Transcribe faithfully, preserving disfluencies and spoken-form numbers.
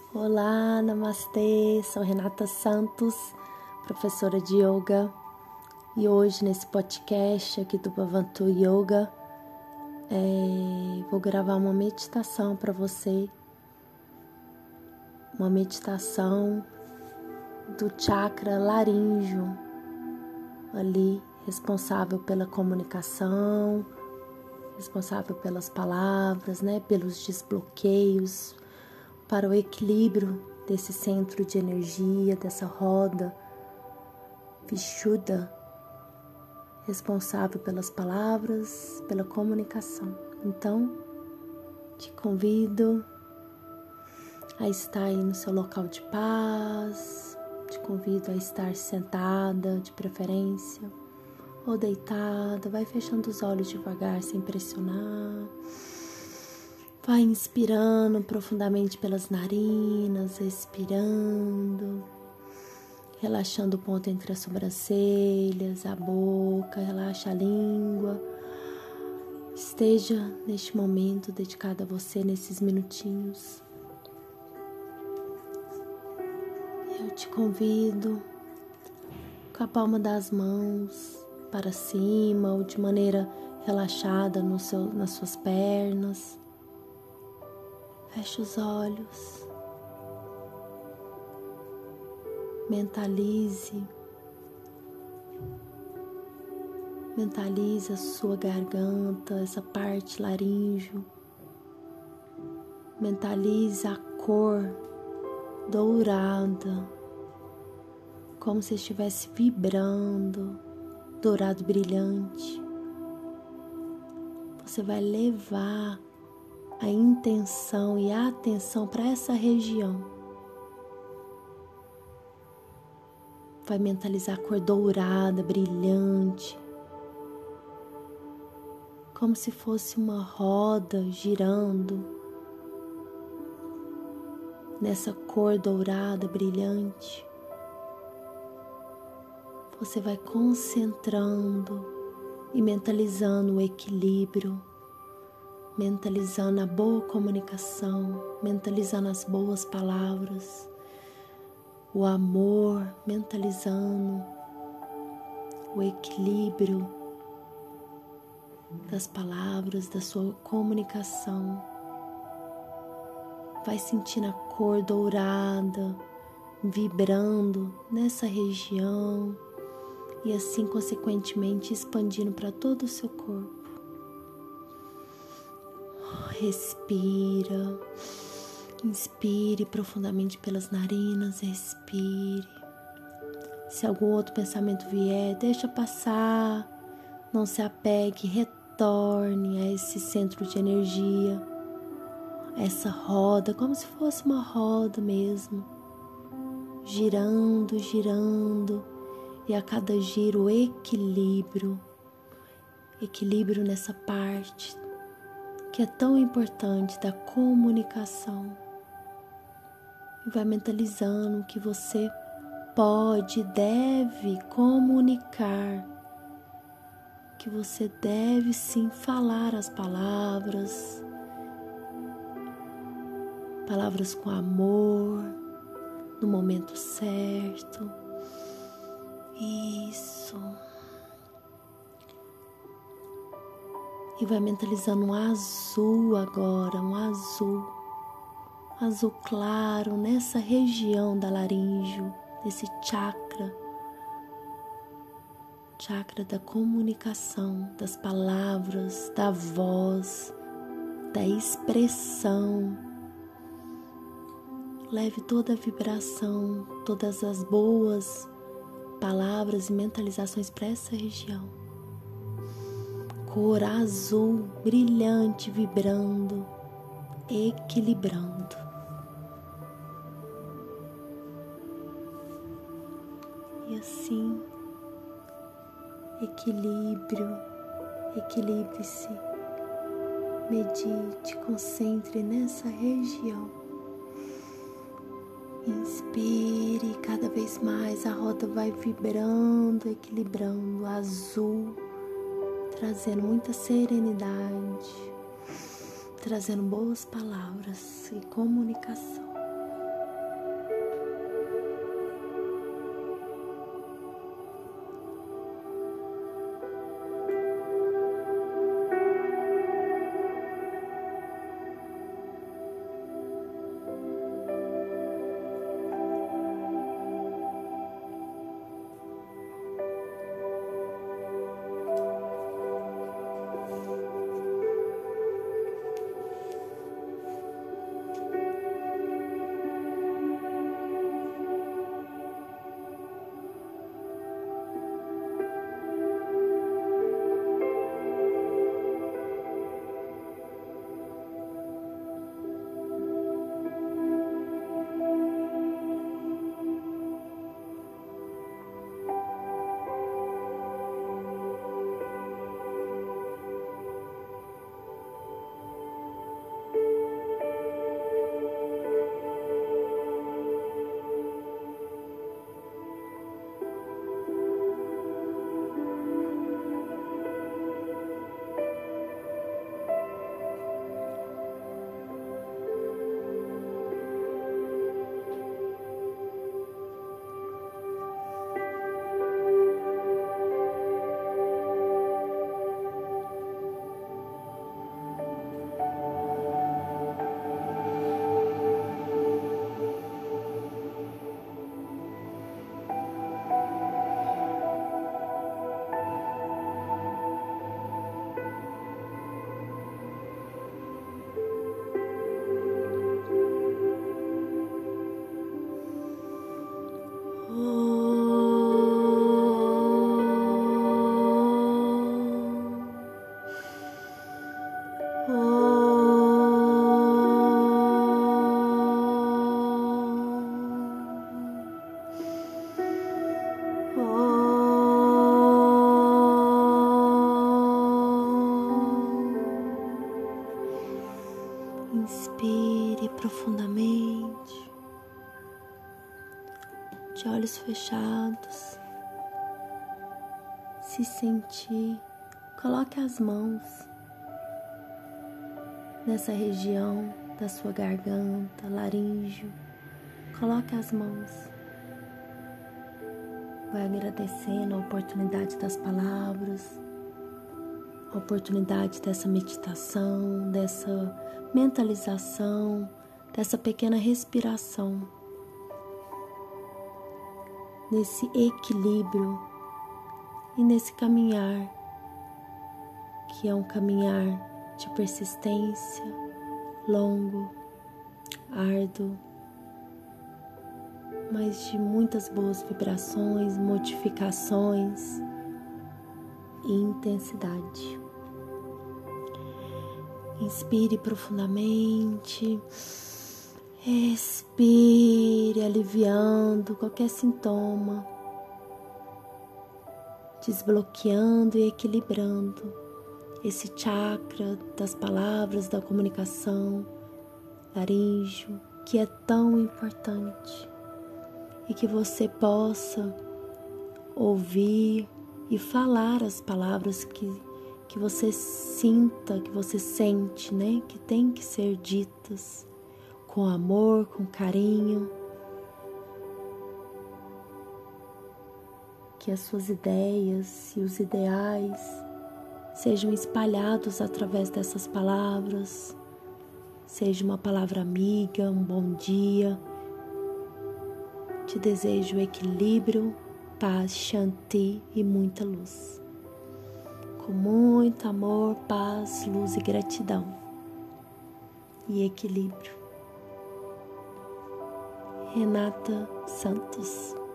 Olá, namastê, sou Renata Santos, professora de yoga, e hoje nesse podcast aqui do Bhavantu Yoga é, vou gravar uma meditação para você, uma meditação do chakra laríngeo, ali responsável pela comunicação, responsável pelas palavras, né, pelos desbloqueios, para o equilíbrio desse centro de energia, dessa roda Vishuddha, responsável pelas palavras, pela comunicação. Então, te convido a estar aí no seu local de paz, te convido a estar sentada, de preferência, ou deitada. Vai fechando os olhos devagar, sem pressionar. Vai inspirando profundamente pelas narinas, expirando, relaxando o ponto entre as sobrancelhas, a boca, relaxa a língua. Esteja neste momento dedicado a você, nesses minutinhos. Eu te convido com a palma das mãos para cima ou de maneira relaxada no seu, nas suas pernas. Feche os olhos, mentalize, mentalize a sua garganta, essa parte laríngeo, mentalize a cor dourada, como se estivesse vibrando, dourado brilhante. Você vai levar a intenção e a atenção para essa região. Vai mentalizar a cor dourada, brilhante, como se fosse uma roda girando nessa cor dourada, brilhante. Você vai concentrando e mentalizando o equilíbrio, mentalizando a boa comunicação, mentalizando as boas palavras, o amor, mentalizando o equilíbrio das palavras, da sua comunicação. Vai sentindo a cor dourada vibrando nessa região e assim consequentemente expandindo para todo o seu corpo. Respira, inspire profundamente pelas narinas, expire. Se algum outro pensamento vier, deixa passar, não se apegue, retorne a esse centro de energia, a essa roda, como se fosse uma roda mesmo, girando, girando, e a cada giro equilíbrio, equilíbrio nessa parte que é tão importante da comunicação. E vai mentalizando que você pode, deve comunicar, que você deve sim falar as palavras, palavras com amor, no momento certo. Isso. E vai mentalizando um azul agora, um azul, azul claro nessa região da laríngeo, nesse chakra, chakra da comunicação, das palavras, da voz, da expressão. Leve toda a vibração, todas as boas palavras e mentalizações para essa região. Cor azul, brilhante, vibrando, equilibrando. E assim, equilíbrio, equilibre-se, medite, concentre nessa região. Inspire, cada vez mais a roda vai vibrando, equilibrando, azul, trazendo muita serenidade, trazendo boas palavras e comunicação. Inspire profundamente, de olhos fechados. Se sentir, coloque as mãos nessa região da sua garganta, laríngeo. Coloque as mãos. Vai agradecendo a oportunidade das palavras, a oportunidade dessa meditação, dessa mentalização, dessa pequena respiração, nesse equilíbrio e nesse caminhar, que é um caminhar de persistência, longo, árduo, mas de muitas boas vibrações, modificações e intensidade. Inspire profundamente, expire, aliviando qualquer sintoma, desbloqueando e equilibrando esse chakra das palavras, da comunicação, laríngeo, que é tão importante. E que você possa ouvir e falar as palavras que, que você sinta, que você sente, né? Que tem que ser ditas com amor, com carinho. Que as suas ideias e os ideais sejam espalhados através dessas palavras. Seja uma palavra amiga, um bom dia. Te desejo equilíbrio, paz, shanti e muita luz. Com muito amor, paz, luz e gratidão. E equilíbrio. Renata Santos.